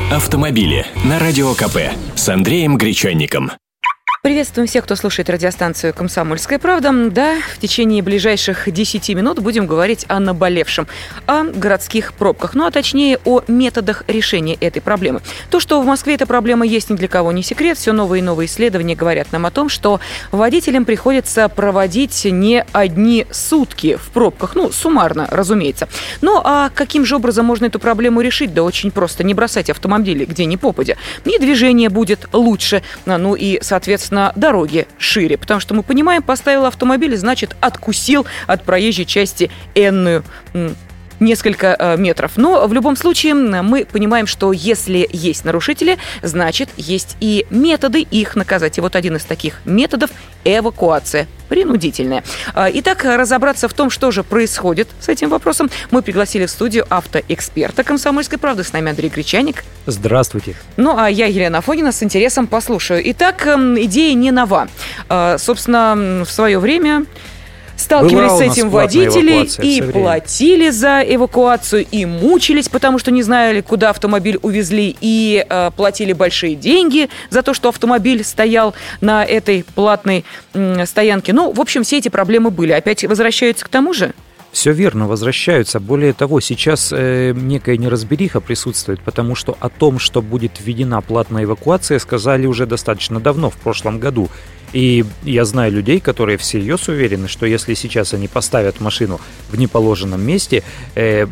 Автомобили на Радио КП с Андреем Гречанником. Приветствуем всех, кто слушает радиостанцию «Комсомольская правда». Да, в течение ближайших 10 минут будем говорить о наболевшем, о городских пробках, а точнее о методах решения этой проблемы. То, что в Москве эта проблема есть, ни для кого не секрет. Все новые и новые исследования говорят нам о том, что водителям приходится проводить не одни сутки в пробках, суммарно, разумеется. А каким же образом можно эту проблему решить? Да очень просто. Не бросать автомобили где ни попадя. И движение будет лучше, и, соответственно, дороги шире, потому что мы понимаем, поставил автомобиль, значит, откусил от проезжей части энную несколько метров. Но в любом случае мы понимаем, что если есть нарушители, значит, есть и методы их наказать. И вот один из таких методов – эвакуация принудительная. Итак, разобраться в том, что же происходит с этим вопросом, мы пригласили в студию автоэксперта «Комсомольской правды». С нами Андрей Гречанник. Здравствуйте. А я, Елена Афонина, с интересом послушаю. Итак, идея не нова. Собственно, в свое время сталкивались с этим водители и платили за эвакуацию, и мучились, потому что не знали, куда автомобиль увезли, и платили большие деньги за то, что автомобиль стоял на этой платной стоянке. В общем, все эти проблемы были. Опять возвращаются к тому же? Все верно, возвращаются. Более того, сейчас некая неразбериха присутствует, потому что о том, что будет введена платная эвакуация, сказали уже достаточно давно, в прошлом году. И я знаю людей, которые всерьез уверены, что если сейчас они поставят машину в неположенном месте, в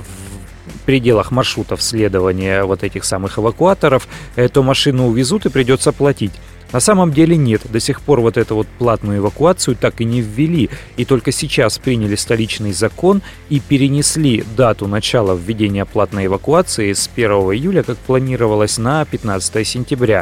пределах маршрутов следования вот этих самых эвакуаторов, то машину увезут и придется платить. На самом деле нет, до сих пор вот эту вот платную эвакуацию так и не ввели, и только сейчас приняли столичный закон и перенесли дату начала введения платной эвакуации с 1 июля, как планировалось, на 15 сентября.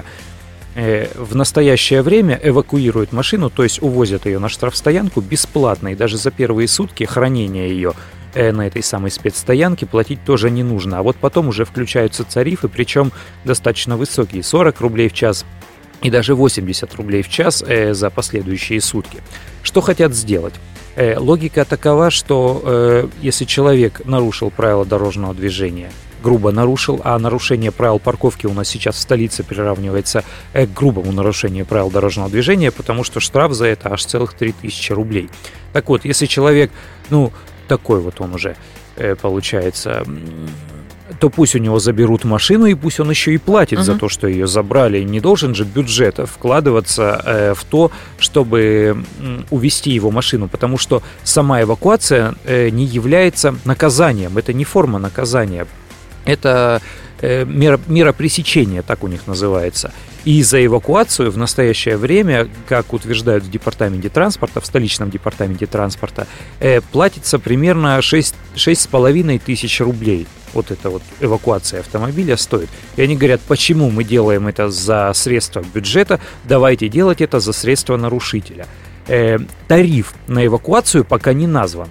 В настоящее время эвакуируют машину, то есть увозят ее на штрафстоянку бесплатно, и даже за первые сутки хранения ее на этой самой спецстоянке платить тоже не нужно. А вот потом уже включаются тарифы, причем достаточно высокие, 40 рублей в час и даже 80 рублей в час за последующие сутки. Что хотят сделать? Логика такова, что если человек нарушил правила дорожного движения, грубо нарушил, а нарушение правил парковки у нас сейчас в столице приравнивается к грубому нарушению правил дорожного движения, потому что штраф за это аж целых 3000 рублей. Так вот, если человек, такой вот он уже получается, то пусть у него заберут машину, и пусть он еще и платит за то, что ее забрали. Не должен же бюджет вкладываться в то, чтобы увезти его машину, потому что сама эвакуация не является наказанием, это не форма наказания. Это мера пресечения, так у них называется. И за эвакуацию в настоящее время, как утверждают в департаменте транспорта, в столичном департаменте транспорта, платится примерно 6,5 тысяч рублей. Вот эта вот эвакуация автомобиля стоит. И они говорят, почему мы делаем это за средства бюджета, давайте делать это за средства нарушителя. Тариф на эвакуацию пока не назван.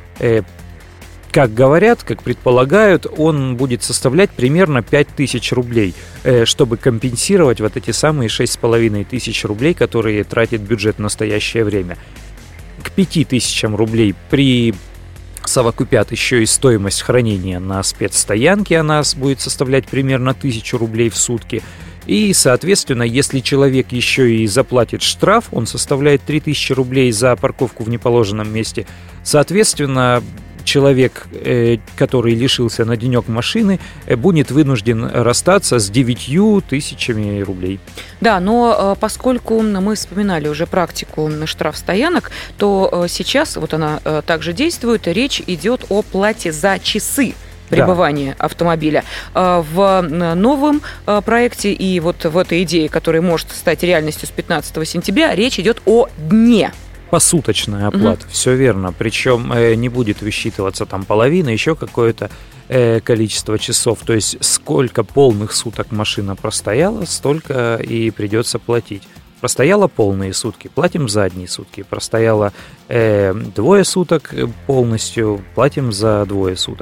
Как говорят, как предполагают, он будет составлять примерно 5000 рублей, чтобы компенсировать вот эти самые 6,5 тысяч рублей, которые тратит бюджет в настоящее время. К 5000 рублей совокупят еще и стоимость хранения на спецстоянке, она будет составлять примерно 1000 рублей в сутки. И, соответственно, если человек еще и заплатит штраф, он составляет 3000 рублей за парковку в неположенном месте, соответственно, человек, который лишился на денек машины, будет вынужден расстаться с 9000 рублей. Да, но поскольку мы вспоминали уже практику штрафстоянок, то сейчас, вот она также действует, речь идет о плате за часы пребывания автомобиля. В новом проекте и вот в этой идее, которая может стать реальностью с 15 сентября, речь идет о дне. Посуточная оплата, все верно. Причем не будет высчитываться там половина, еще какое-то количество часов. То есть сколько полных суток машина простояла, столько и придется платить. Простояла полные сутки, платим за одни сутки. Простояла 2 суток полностью, платим за 2 суток.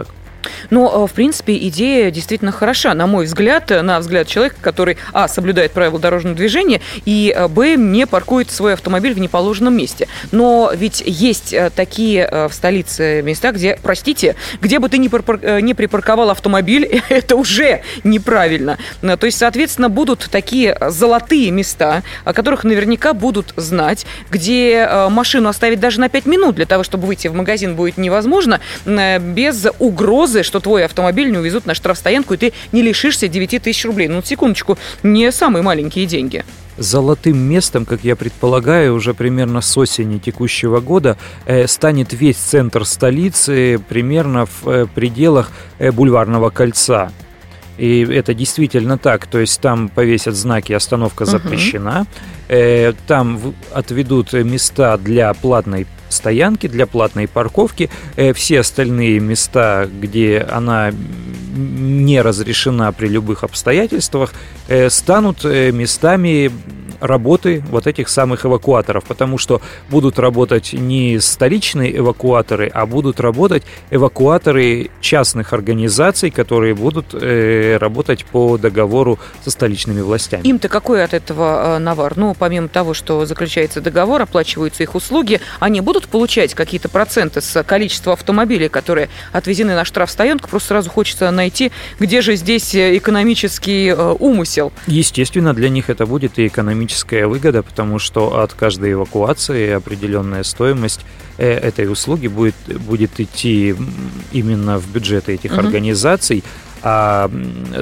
Но, в принципе, идея действительно хороша, на мой взгляд, на взгляд человека, который, соблюдает правила дорожного движения, и, не паркует свой автомобиль в неположенном месте. Но ведь есть такие в столице места, где, простите, где бы ты ни припарковал автомобиль, это уже неправильно. То есть, соответственно, будут такие золотые места, о которых наверняка будут знать, где машину оставить даже на 5 минут для того, чтобы выйти в магазин, будет невозможно, без угрозы, что твой автомобиль не увезут на штрафстоянку, и ты не лишишься 9 тысяч рублей. Ну, секундочку, не самые маленькие деньги. Золотым местом, как я предполагаю, уже примерно с осени текущего года станет весь центр столицы примерно в пределах Бульварного кольца. И это действительно так, то есть там повесят знаки «Остановка запрещена», там отведут места для платной стоянки, для платной парковки, все остальные места, где она не разрешена при любых обстоятельствах, станут местами работы вот этих самых эвакуаторов, потому что будут работать не столичные эвакуаторы, а будут работать эвакуаторы частных организаций, которые будут работать по договору со столичными властями. Им-то какой от этого навар? Ну, помимо того, что заключается договор, оплачиваются их услуги, они будут получать какие-то проценты с количества автомобилей, которые отвезены на штрафстоянку? Просто сразу хочется найти, где же здесь экономический умысел. Естественно, для них это будет и экономическая выгода, потому что от каждой эвакуации определенная стоимость этой услуги будет идти именно в бюджеты этих организаций, а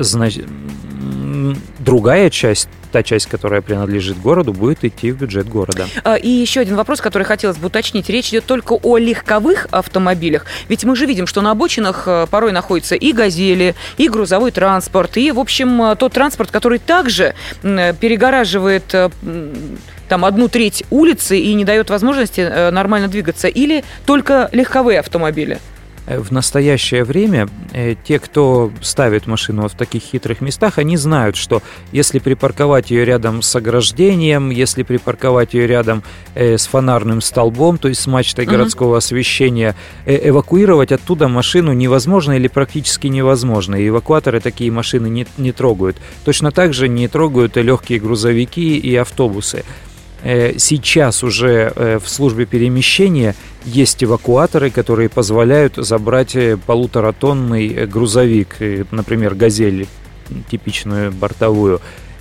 другая часть, та часть, которая принадлежит городу, будет идти в бюджет города. И еще один вопрос, который хотелось бы уточнить. Речь идет только о легковых автомобилях. Ведь мы же видим, что на обочинах порой находятся и «Газели», и грузовой транспорт, и, в общем, тот транспорт, который также перегораживает там 1/3 улицы и не дает возможности нормально двигаться. Или только легковые автомобили? В настоящее время те, кто ставит машину в таких хитрых местах, они знают, что если припарковать ее рядом с ограждением, если припарковать ее рядом с фонарным столбом, то есть с мачтой городского освещения, эвакуировать оттуда машину невозможно или практически невозможно. И эвакуаторы такие машины не трогают. Точно так же не трогают и легкие грузовики и автобусы. Сейчас уже в службе перемещения есть эвакуаторы, которые позволяют забрать 1,5-тонный грузовик, например, «Газель», типичную бортовую.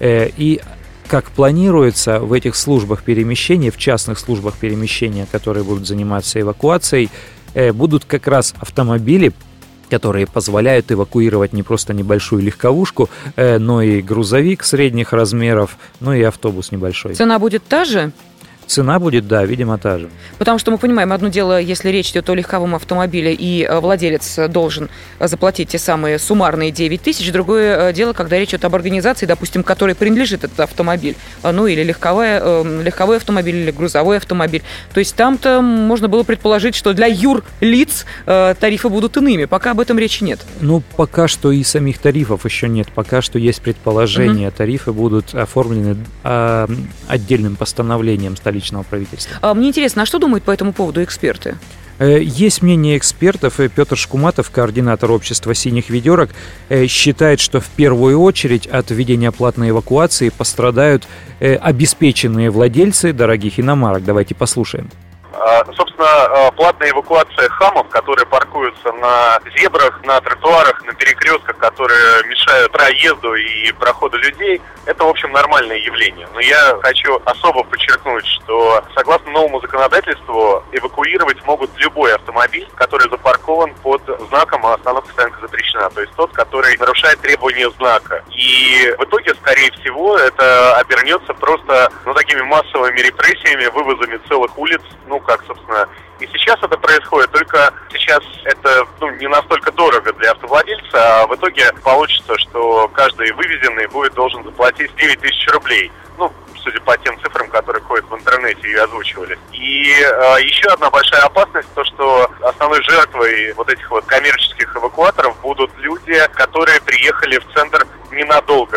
И как планируется, в этих службах перемещения, в частных службах перемещения, которые будут заниматься эвакуацией, будут как раз автомобили, которые позволяют эвакуировать не просто небольшую легковушку, но и грузовик средних размеров, ну и автобус небольшой. Цена будет та же? Цена будет, да, видимо, та же. Потому что мы понимаем, одно дело, если речь идет о легковом автомобиле, и владелец должен заплатить те самые суммарные 9 тысяч. Другое дело, когда речь идет об организации, допустим, которой принадлежит этот автомобиль. Ну, или легковой автомобиль, или грузовой автомобиль. То есть там-то можно было предположить, что для юрлиц тарифы будут иными. Пока об этом речи нет. Ну, пока что и самих тарифов еще нет. Пока что есть предположение. Тарифы будут оформлены отдельным постановлением столичного правительства. Мне интересно, а что думают по этому поводу эксперты? Есть мнение экспертов, и Петр Шкуматов, координатор общества «Синих ведерок», считает, что в первую очередь от введения платной эвакуации пострадают обеспеченные владельцы дорогих иномарок. Давайте послушаем. Собственно, платная эвакуация хамов, которые паркуются на зебрах, на тротуарах, на перекрестках, которые мешают проезду и проходу людей, это, в общем, нормальное явление. Но я хочу особо подчеркнуть, что согласно новому законодательству эвакуировать могут любой автомобиль, который запаркован под знаком «Остановка стоянка запрещена», то есть тот, который нарушает требования знака. И в итоге, скорее всего, это обернется просто такими массовыми репрессиями, вывозами целых улиц, как, собственно, и сейчас это происходит, только сейчас это не настолько дорого для автовладельца, а в итоге получится, что каждый вывезенный должен заплатить 9 тысяч рублей. Судя по тем цифрам, которые ходят в интернете и озвучивали. И еще одна большая опасность, то что основной жертвой вот этих коммерческих эвакуаторов будут люди, которые приехали в центр ненадолго и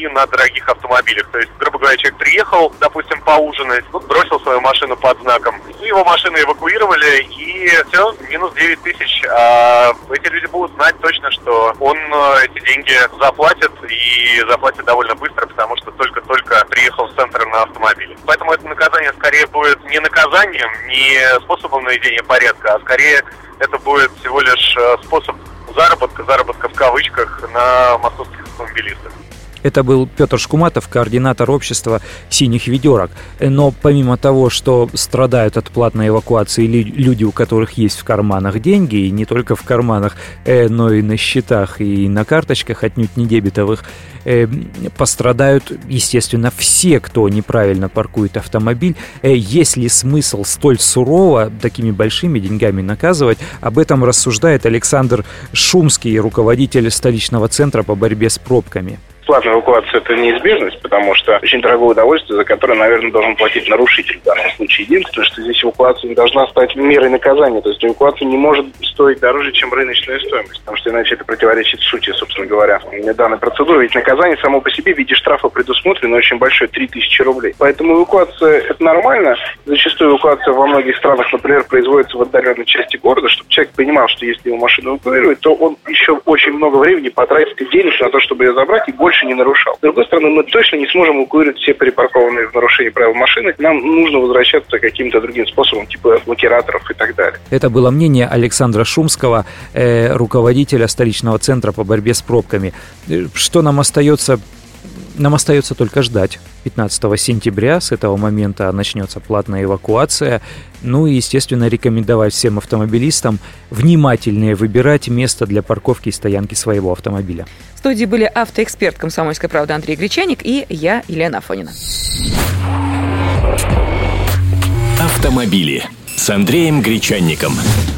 на дорогих автомобилях. То есть, грубо говоря, человек приехал, допустим, поужинать, бросил свою машину под знаком, его машину эвакуировали, и все, минус 9 тысяч. А эти люди будут знать точно, что он эти деньги заплатит, и заплатит довольно быстро, потому что только-только приехал в центр на автомобиле. Поэтому это наказание скорее будет не наказанием, не способом наведения порядка, а скорее это будет всего лишь способ заработка в кавычках на московских автомобилистах. Это был Петр Шкуматов, координатор общества «Синих ведерок». Но помимо того, что страдают от платной эвакуации люди, у которых есть в карманах деньги, и не только в карманах, но и на счетах, и на карточках, отнюдь не дебетовых, пострадают, естественно, все, кто неправильно паркует автомобиль. Есть ли смысл столь сурово такими большими деньгами наказывать? Об этом рассуждает Александр Шумский, руководитель столичного центра по борьбе с пробками. Платная эвакуация – это неизбежность, потому что очень дорогое удовольствие, за которое, наверное, должен платить нарушитель в данном случае. Единственное, что здесь эвакуация не должна стать мерой наказания. То есть эвакуация не может стоить дороже, чем рыночная стоимость, потому что иначе это противоречит сути, собственно говоря, данной процедуры. Ведь наказание само по себе в виде штрафа предусмотрено очень большое – 3000 рублей. Поэтому эвакуация – это нормально. Зачастую эвакуация во многих странах, например, производится в отдаленной части города, чтобы человек понимал, что если его машину эвакуируют, то он еще очень много времени потратит и денег на то, чтобы ее забрать, и больше не нарушал. С другой стороны, мы точно не сможем эвакуировать все припаркованные в нарушении правил машины. Нам нужно возвращаться каким-то другим способом, типа блокираторов и так далее. Это было мнение Александра Шумского, руководителя столичного центра по борьбе с пробками. Что нам остается? Нам остается только ждать. 15 сентября с этого момента начнется платная эвакуация. Ну и, естественно, рекомендовать всем автомобилистам внимательнее выбирать место для парковки и стоянки своего автомобиля. В студии были автоэксперт «Комсомольской правды» Андрей Гречаник и я, Елена Афонина. Автомобили с Андреем Гречанником.